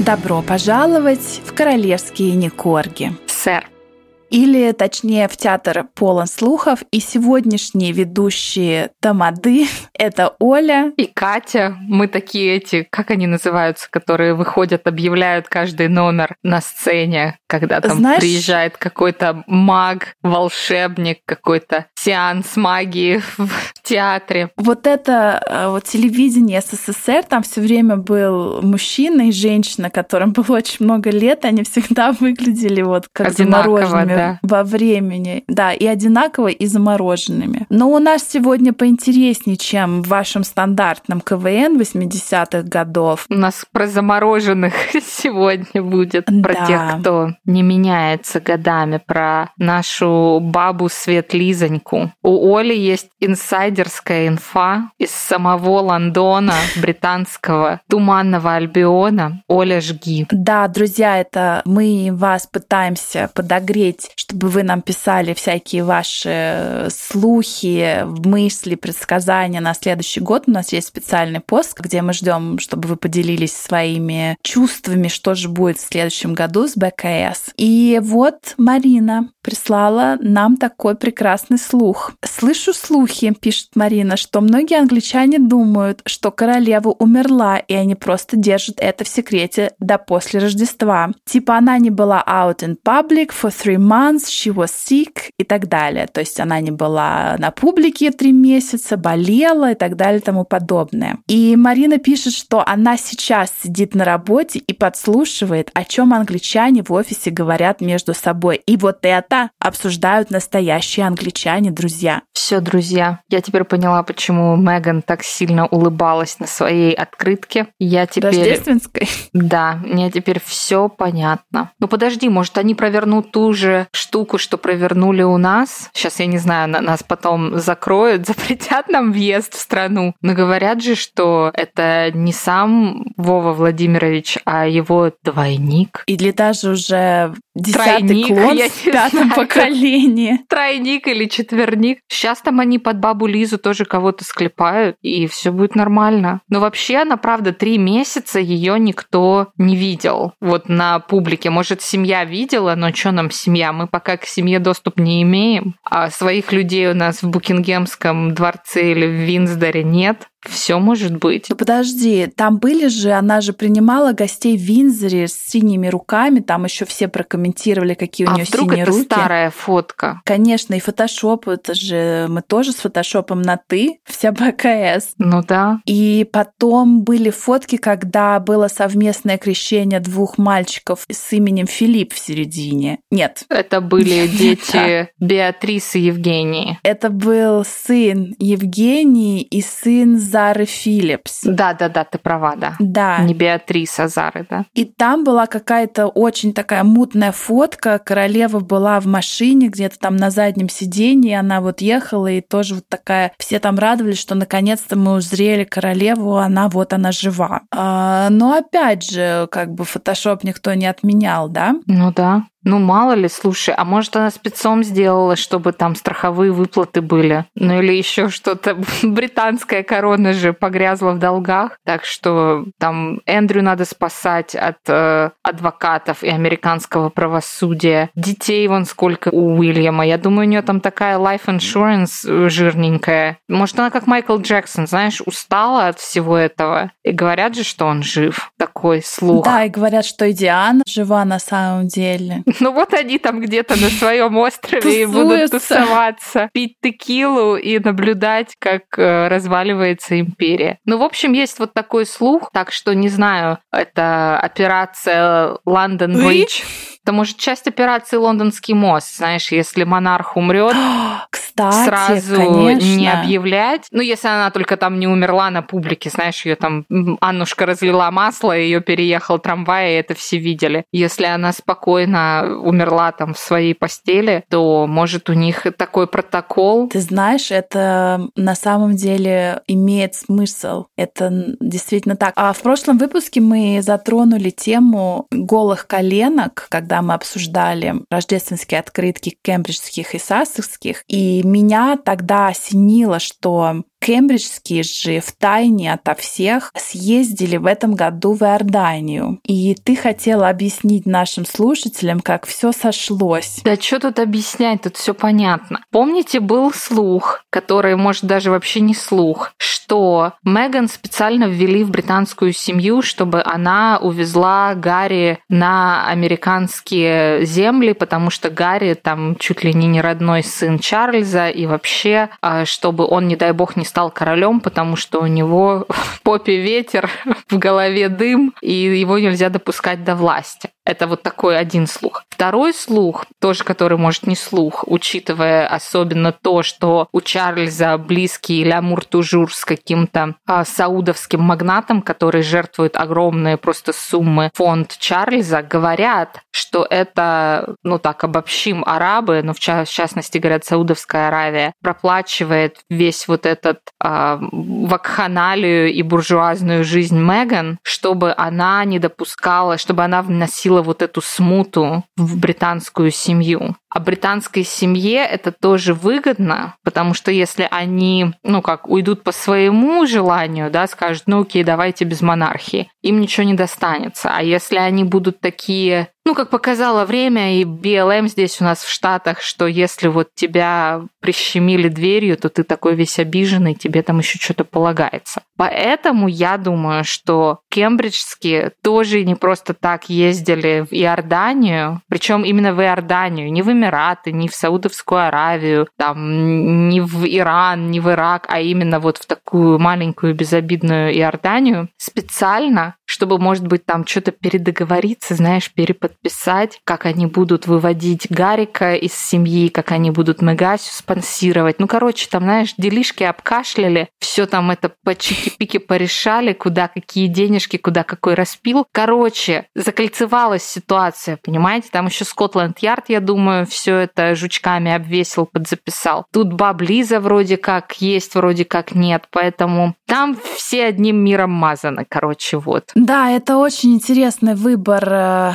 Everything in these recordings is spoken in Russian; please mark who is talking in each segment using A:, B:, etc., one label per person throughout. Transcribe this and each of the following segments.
A: Добро пожаловать в королевские Никорги.
B: Сэр.
A: Или, точнее, в театр полон слухов. И сегодняшние ведущие тамады — это Оля
B: и Катя. Мы такие как они называются, которые выходят, объявляют каждый номер на сцене, когда там приезжает какой-то маг, волшебник, какой-то сеанс магии в театре.
A: Вот это телевидение СССР, там все время был мужчина и женщина, которым было очень много лет, они всегда выглядели как замороженными во времени. Да, и одинаково, и замороженными. Но у нас сегодня поинтереснее, чем в вашем стандартном КВН 80-х годов.
B: У нас про замороженных сегодня будет, про тех, кто не меняется годами, про нашу бабу Светлизоньку. У Оли есть инсайдерская инфа из самого Лондона, британского Туманного Альбиона. Оля, жги.
A: Да, друзья, это мы вас пытаемся подогреть, чтобы вы нам писали всякие ваши слухи, мысли, предсказания на следующий год. У нас есть специальный пост, где мы ждем, чтобы вы поделились своими чувствами, что же будет в следующем году с БКС. И вот Марина прислала нам такой прекрасный слух. «Слышу слухи, — пишет Марина, — что многие англичане думают, что королева умерла, и они просто держат это в секрете до после Рождества. Типа она не была out in public for 3 months, she was sick и так далее. То есть она не была на публике 3 месяца, болела и так далее и тому подобное. И Марина пишет, что она сейчас сидит на работе и подслушивает, о чем англичане в офисе говорят между собой. И вот это обсуждают настоящие англичане, друзья.
B: Все, друзья, я теперь поняла, почему Меган так сильно улыбалась на своей открытке. Я теперь...
A: Рождественской?
B: Да, мне теперь все понятно. Ну подожди, может, они провернут ту же штуку, что провернули у нас? Сейчас, я не знаю, нас потом закроют, запретят нам въезд в страну. Но говорят же, что это не сам Вова Владимирович, а его двойник.
A: Или даже уже 10-й клон в 5-м поколении.
B: Тройник или четверник. Сейчас там они под бабу Лизу тоже кого-то склепают, и все будет нормально. Но вообще она, правда, 3 месяца ее никто не видел. Вот на публике. Может, семья видела, но что нам семья? Мы пока к семье доступ не имеем. А своих людей у нас в Букингемском дворце или в Виндзоре нет. Все может быть.
A: Ну подожди, там были же, она же принимала гостей в Виндзоре с синими руками, там еще все прокомментировали, какие у нее синие руки.
B: А вдруг это старая фотка?
A: Конечно, и фотошоп, это же мы тоже с фотошопом на «ты», вся БКС.
B: Ну да.
A: И потом были фотки, когда было совместное крещение 2 мальчиков с именем Филипп в середине. Нет.
B: Это были дети Беатрисы и Евгении.
A: Это был сын Евгении и сын Зары Филлипс.
B: Да, ты права, да.
A: Да.
B: Не Беатриса, а Зары, да.
A: И там была какая-то очень такая мутная фотка. Королева была в машине, где-то там на заднем сиденье. Она вот ехала, и тоже вот такая... Все там радовались, что наконец-то мы узрели королеву, она жива. Но опять же, как бы фотошоп никто не отменял, да?
B: Ну да. Ну, мало ли, слушай, а может, она спецом сделала, чтобы там страховые выплаты были? Ну, или еще что-то. Британская корона же погрязла в долгах, так что там Эндрю надо спасать от адвокатов и американского правосудия. Детей вон сколько у Уильяма. Я думаю, у нее там такая life insurance жирненькая. Может, она как Майкл Джексон, знаешь, устала от всего этого. И говорят же, что он жив. Такой слух.
A: Да, и говорят, что и Диана жива на самом деле.
B: Ну вот они там где-то на своем острове и будут тусоваться, пить текилу и наблюдать, как разваливается империя. Ну, в общем, есть вот такой слух, так что, не знаю, это операция Лондон Бридж. Это может часть операции Лондонский мост, знаешь, если монарх умрет, сразу
A: конечно.
B: Не объявлять. Ну, если она только там не умерла на публике, знаешь, ее там Аннушка разлила масло, ее переехал трамвай, и это все видели. Если она спокойно умерла там в своей постели, то может у них такой протокол.
A: Ты знаешь, это на самом деле имеет смысл. Это действительно так. А в прошлом выпуске мы затронули тему голых коленок, когда когда мы обсуждали рождественские открытки кембриджских и сассекских, и меня тогда осенило, что кембриджские же втайне ото всех съездили в этом году в Иорданию. И ты хотела объяснить нашим слушателям, как все сошлось.
B: Да что тут объяснять, тут все понятно. Помните, был слух, который, может, даже вообще не слух, что Меган специально ввели в британскую семью, чтобы она увезла Гарри на американские земли, потому что Гарри там чуть ли не родной сын Чарльза, и вообще, чтобы он, не дай бог, не стал королем, потому что у него в попе ветер, в голове дым, и его нельзя допускать до власти. Это вот такой один слух. Второй слух, тоже который, может, не слух, учитывая особенно то, что у Чарльза близкий лямур-тужур с каким-то саудовским магнатом, который жертвует огромные просто суммы в фонд Чарльза, говорят, что это, обобщим, арабы, но в частности, говорят, Саудовская Аравия, проплачивает весь вот этот вакханалию и буржуазную жизнь Меган, чтобы она не допускала, чтобы она вносила вот эту смуту в британскую семью. А британской семье это тоже выгодно, потому что если они, уйдут по своему желанию, да, скажут, окей, давайте без монархии, им ничего не достанется. А если они будут такие, как показало время и BLM здесь у нас в Штатах, что если вот тебя прищемили дверью, то ты такой весь обиженный, тебе там еще что-то полагается. Поэтому я думаю, что кембриджские тоже не просто так ездили в Иорданию, причем именно в Иорданию, не в Эмираты, не в Саудовскую Аравию, там, не в Иран, не в Ирак, а именно вот в такую маленькую безобидную Иорданию специально, чтобы, может быть, там что-то передоговориться, знаешь, переподписать, как они будут выводить Гарика из семьи, как они будут Мегасю спонсировать. Там, знаешь, делишки обкашляли, все там это по чики-пики порешали, куда какие денежки, куда какой распил. Закольцевалась ситуация, понимаете? Там еще Скотланд-Ярд, я думаю, все это жучками обвесил, подзаписал. Тут Баблиза вроде как есть, вроде как нет, поэтому там все одним миром мазаны, вот.
A: Да, это очень интересный выбор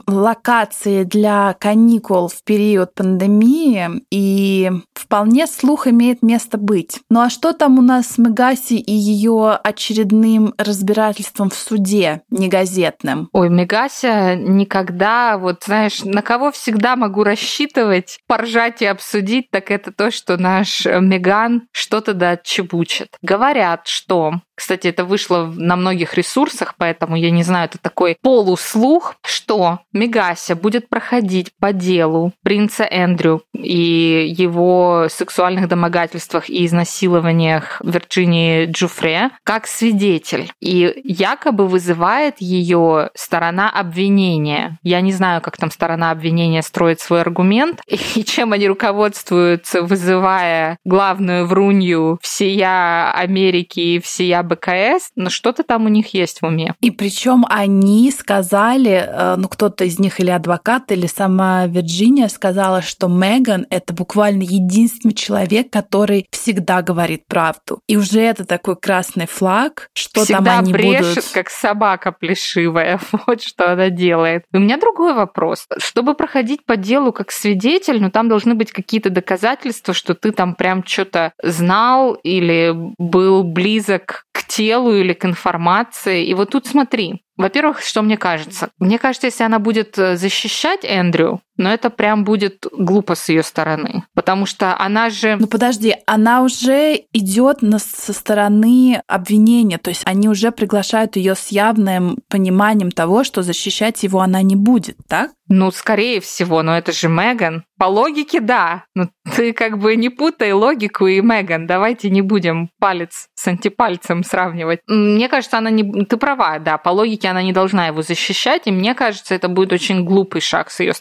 A: локации для каникул в период пандемии, и вполне слух имеет место быть. Ну а что там у нас с Мегаси и ее очередным разбирательством в суде негазетным?
B: Ой, Мегася никогда, знаешь, на кого всегда могу рассчитывать, поржать и обсудить, так это то, что наш Меган что-то отчебучит. Говорят, что... Кстати, это вышло на многих ресурсах, поэтому я не знаю, это такой полуслух, что Мегася будет проходить по делу принца Эндрю и его сексуальных домогательствах и изнасилованиях Вирджинии Джуфре как свидетель. И якобы вызывает ее сторона обвинения. Я не знаю, как там сторона обвинения строит свой аргумент и чем они руководствуются, вызывая главную врунью всея Америки и всея БКС, но что-то там у них есть в уме.
A: И причем они сказали, кто-то из них или адвокат, или сама Вирджиния сказала, что Меган — это буквально единственный человек, который всегда говорит правду. И уже это такой красный флаг, что
B: всегда
A: там они
B: брешет,
A: будут...
B: как собака плешивая. Вот что она делает. У меня другой вопрос. Чтобы проходить по делу как свидетель, там должны быть какие-то доказательства, что ты там прям что-то знал или был близок к телу или к информации. И вот тут смотри. Во-первых, что мне кажется? Мне кажется, если она будет защищать Эндрю, но это прям будет глупо с ее стороны. Потому что она же...
A: подожди, она уже идет со стороны обвинения. То есть они уже приглашают ее с явным пониманием того, что защищать его она не будет, так?
B: Скорее всего, но это же Меган. По логике, да. Ты не путай логику и Меган. Давайте не будем палец с антипальцем сравнивать. Мне кажется, она не... Ты права, да. По логике она не должна его защищать. И мне кажется, это будет очень глупый шаг с ее стороны, если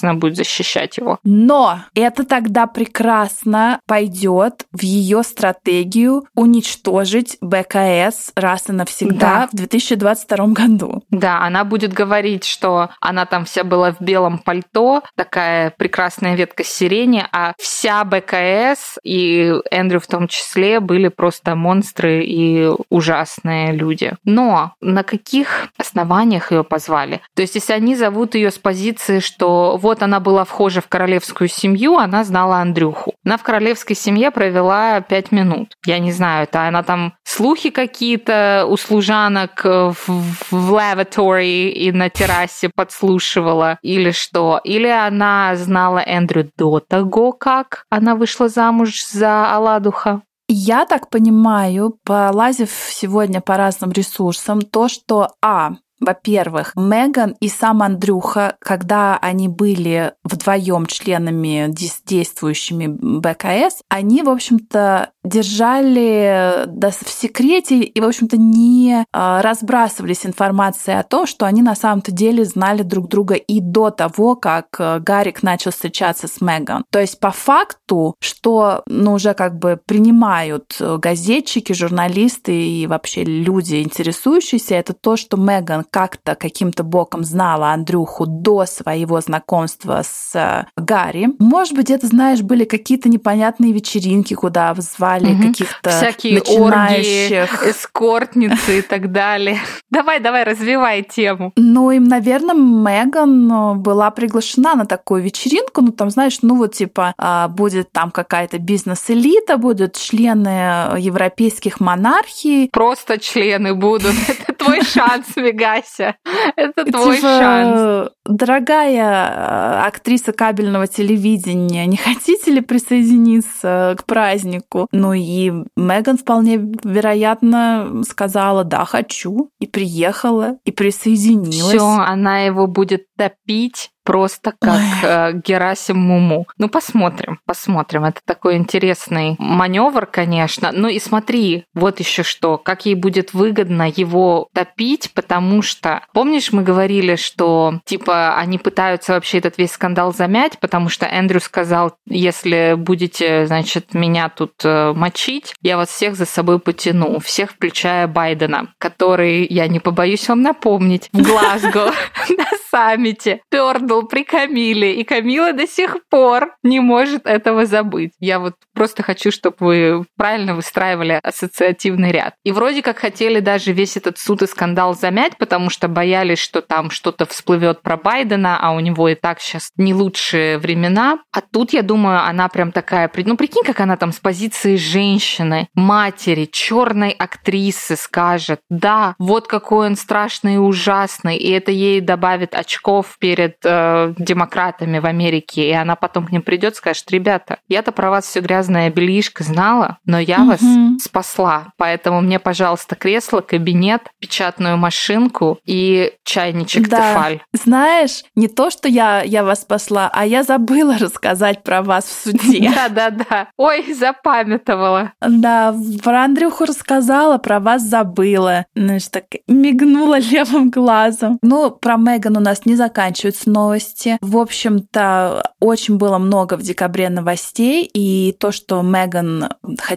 B: естественно, будет защищать его.
A: Но это тогда прекрасно пойдет в ее стратегию уничтожить БКС раз и навсегда в 2022 году.
B: Да, она будет говорить, что она там вся была в белом пальто, такая прекрасная ветка сирени, а вся БКС и Эндрю в том числе были просто монстры и ужасные люди. Но на каких основаниях ее позвали? То есть, если они зовут ее с позиции, что вот она была вхожа в королевскую семью, она знала Андрюху. Она в королевской семье провела 5 минут. Я не знаю, это она там слухи какие-то у служанок в lavatory и на террасе подслушивала или что? Или она знала Эндрю до того, как она вышла замуж за Аладуха?
A: Я так понимаю, полазив сегодня по разным ресурсам, то, что во-первых, Меган и сам Андрюха, когда они были вдвоем членами действующими БКС, они, в общем-то, держали в секрете и, в общем-то, не разбрасывались информацией о том, что они на самом-то деле знали друг друга и до того, как Гарик начал встречаться с Меган. То есть по факту, что уже как бы принимают газетчики, журналисты и вообще люди, интересующиеся, это то, что Меган как-то каким-то боком знала Андрюху до своего знакомства с Гарри. Может быть, это, знаешь, были какие-то непонятные вечеринки, куда звали каких-то
B: всякие
A: начинающих...
B: оргии, эскортницы и так далее. Давай, развивай тему.
A: Ну, и, наверное, Меган была приглашена на такую вечеринку, там, знаешь, будет там какая-то бизнес-элита, будут члены европейских монархий.
B: Просто члены будут. Это твой шанс, Мегася. Это твой шанс.
A: Дорогая актриса кабельного телевидения, не хотите ли присоединиться к празднику? Ну и Меган вполне вероятно сказала: да, хочу, и приехала, и присоединилась.
B: Все, она его будет топить просто как Герасим Муму. Ну, посмотрим. Это такой интересный маневр, конечно. Ну и смотри, вот еще что, как ей будет выгодно его топить, потому что, помнишь, мы говорили, что, они пытаются вообще этот весь скандал замять, потому что Эндрю сказал: если будете, меня тут мочить, я вас всех за собой потяну, всех, включая Байдена, который, я не побоюсь вам напомнить, в Глазго на саммите тёрдл при Камиле, и Камила до сих пор не может этого забыть. Я вот просто хочу, чтобы вы правильно выстраивали ассоциативный ряд. И вроде как хотели даже весь этот суд и скандал замять, потому что боялись, что там что-то всплывет про Байдена, а у него и так сейчас не лучшие времена. А тут, я думаю, она прям такая... прикинь, как она там с позиции женщины, матери, черной актрисы скажет: да, вот какой он страшный и ужасный, и это ей добавит очков перед демократами в Америке, и она потом к ним придет и скажет: ребята, я-то про вас все грязное бельишко знала, но я вас спасла, поэтому мне, пожалуйста, кресло, кабинет, печатную машинку и чайничек Тефаль.
A: Знаешь, не то, что я вас спасла, а я забыла рассказать про вас в суде.
B: Да. Ой, запамятовала.
A: Да, про Андрюху рассказала, про вас забыла. Знаешь, так мигнула левым глазом. Про Меган у нас не заканчиваются новости. В общем-то, очень было много в декабре новостей, и то, что Меган,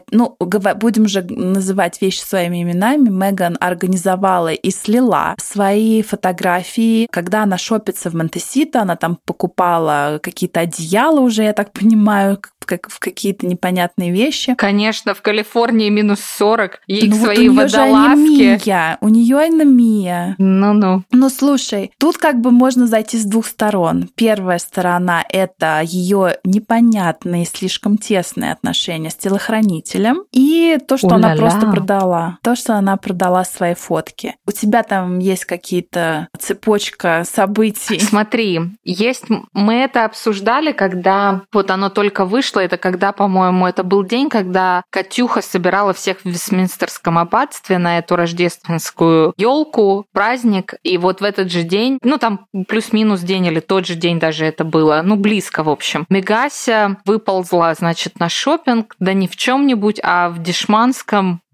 A: будем же называть вещи своими именами, Меган организовала и слила свои фотографии, когда она шопится в Монтесито, она там покупала какие-то одеяла уже, я так понимаю, в какие-то непонятные вещи.
B: Конечно, в Калифорнии минус 40, ей свои водолазки.
A: У нее анемия.
B: Ну.
A: Ну, слушай, тут как бы можно зайти с двух сторон. Первая сторона — это ее непонятные, слишком тесные отношения с телохранителем, и то, что она просто продала. То, что она продала свои фотки. У тебя там есть какие-то цепочка событий?
B: Смотри, мы это обсуждали, когда вот оно только вышло. Это когда, по-моему, это был день, когда Катюха собирала всех в Вестминстерском аббатстве на эту рождественскую елку, праздник. И вот в этот же день, там плюс-минус день или тот же день даже это было, близко, в общем. Мегася выползла, на шопинг, да не в чем-нибудь, а в дешманском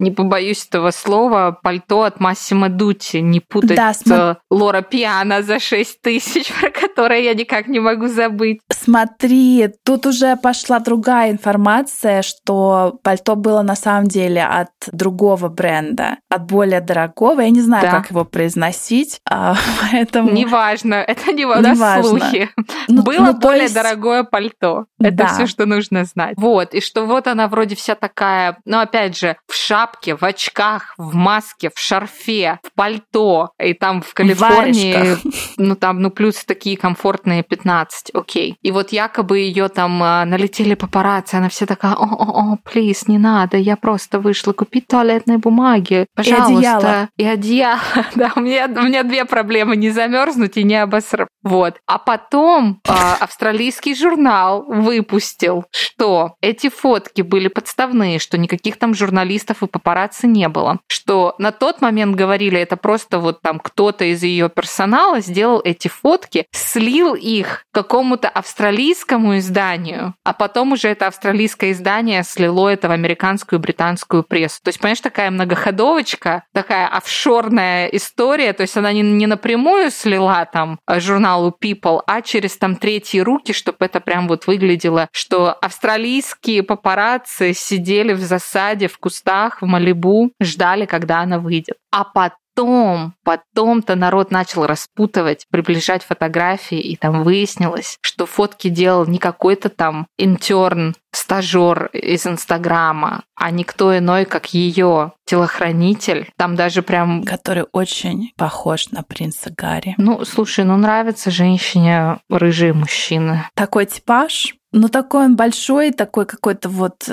B: не побоюсь этого слова, пальто от Массимо Дутти, не путать с Лора Пиано за 6 тысяч, про которое я никак не могу забыть.
A: Смотри, тут уже пошла другая информация, что пальто было на самом деле от другого бренда, от более дорогого. Я не знаю, как его произносить, поэтому...
B: Неважно, это не слухи. Было более дорогое пальто. Это все, что нужно знать. Вот, и что вот она вроде вся такая, опять же, в шапке, в очках, в маске, в шарфе, в пальто. И там в Калифорнии, плюс такие комфортные 15, окей. И вот якобы ее там налетели папарацци, она вся такая, плиз, не надо, я просто вышла купить туалетной бумаги, пожалуйста. И одеяло. Да, у меня две проблемы, не замерзнуть и не обосрать. Вот. А потом австралийский журнал выпустил, что эти фотки были подставные, что никаких там журналистов и папарацци не было. Что на тот момент говорили, это просто вот там кто-то из ее персонала сделал эти фотки, слил их какому-то австралийскому изданию, а потом уже это австралийское издание слило это в американскую и британскую прессу. То есть, понимаешь, такая многоходовочка, такая офшорная история, то есть она не напрямую слила там журналу People, а через там третьи руки, чтобы это прям вот выглядело, что австралийские папарацци сидели в засаде в кустах в Малибу, ждали, когда она выйдет. А потом-то народ начал распутывать, приближать фотографии, и там выяснилось, что фотки делал не какой-то там интерн, стажер из Инстаграма, а никто иной, как ее телохранитель. Там даже прям...
A: Который очень похож на принца Гарри.
B: Слушай, нравится женщине рыжие мужчины.
A: Такой типаж? Такой он большой, такой какой-то вот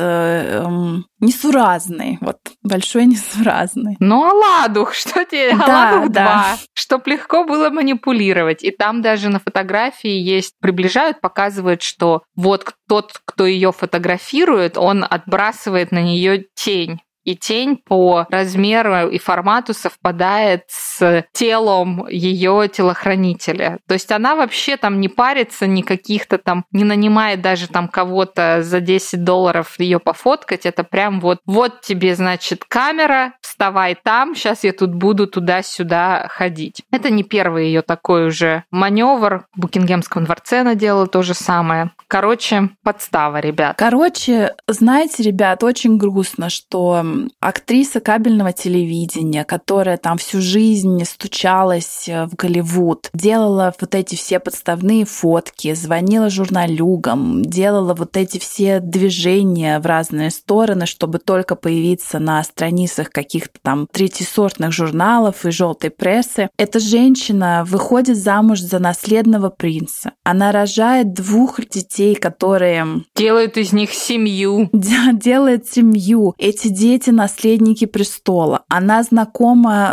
A: несуразный. Вот, большой несуразный.
B: Аладух, что тебе? Аладух 2. Чтоб легко было манипулировать. И там даже на фотографии есть, приближают, показывают, что вот тот, кто ее фотографирует, он отбрасывает на нее тень. И тень по размеру и формату совпадает с телом ее телохранителя. То есть она вообще там не парится, ни каких-то там, не нанимает даже там кого-то за $10 ее пофоткать. Это прям вот тебе, значит, камера, вставай там, сейчас я тут буду туда-сюда ходить. Это не первый ее такой уже маневр. В Букингемском дворце она делала то же самое. Короче, подстава, ребят.
A: Знаете, ребят, очень грустно, что актриса кабельного телевидения, которая там всю жизнь стучалась в Голливуд, делала вот эти все подставные фотки, звонила журналюгам, делала вот эти все движения в разные стороны, чтобы только появиться на страницах каких-то там третьесортных журналов и желтой прессы. Эта женщина выходит замуж за наследного принца. Она рожает 2 детей, которые...
B: Делают из них семью.
A: Делает семью. Эти дети наследники престола. Она знакома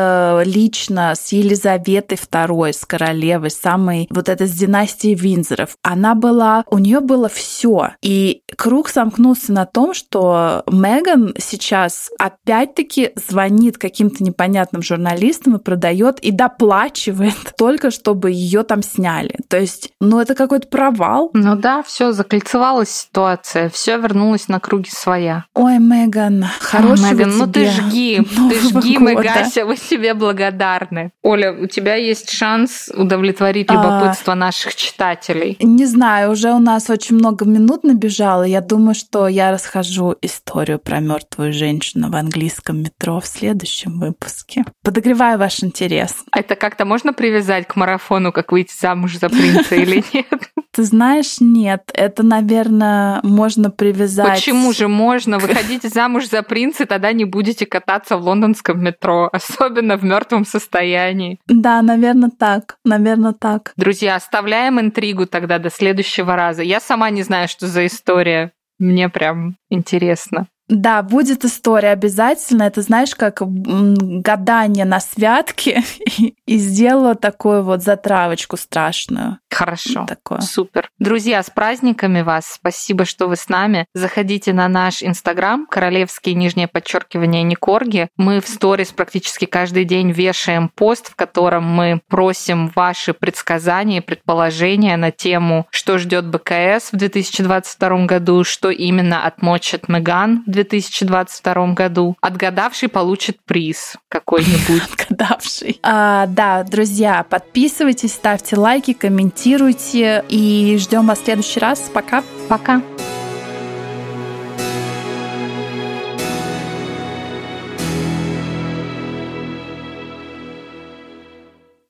A: лично с Елизаветой II, с королевой, самой вот этой с династии Виндзоров. У нее было все. И круг сомкнулся на том, что Меган сейчас опять-таки звонит каким-то непонятным журналистам и продает и доплачивает только, чтобы ее там сняли. То есть, это какой-то провал.
B: Все, закольцевалась ситуация, все вернулось на круги своя.
A: Ой, Меган, хорошего
B: Меган,
A: тебе
B: ты жги, Мегася, вы себе благодарны. Оля, у тебя есть шанс удовлетворить любопытство наших читателей.
A: Не знаю, уже у нас очень много минут набежало. Я думаю, что я расскажу историю про мертвую женщину в английском метро в следующем выпуске. Подогреваю ваш интерес.
B: Это как-то можно привязать к марафону, как выйти замуж за принца или нет?
A: Ты знаешь, нет. Это, наверное, можно привязать...
B: Почему же можно? Выходите замуж за принца, тогда не будете кататься в лондонском метро, особенно в мертвом состоянии.
A: Да, наверное, так.
B: Друзья, оставляем интригу тогда до следующего раза. Я сама не знаю, что за история. Мне прям интересно.
A: Да, будет история обязательно. Это, знаешь, как гадание на святке и сделала такую вот затравочку страшную.
B: Хорошо, такое. Супер. Друзья, с праздниками вас. Спасибо, что вы с нами. Заходите на наш Инстаграм, королевские__ Никорги. Мы в сторис практически каждый день вешаем пост, в котором мы просим ваши предсказания и предположения на тему, что ждет БКС в 2022 году, что именно отмочит Меган в 2022 году. Отгадавший получит приз какой-нибудь.
A: Отгадавший. Да, друзья, подписывайтесь, ставьте лайки, комментируйте и ждем вас в следующий раз. Пока.
B: Пока.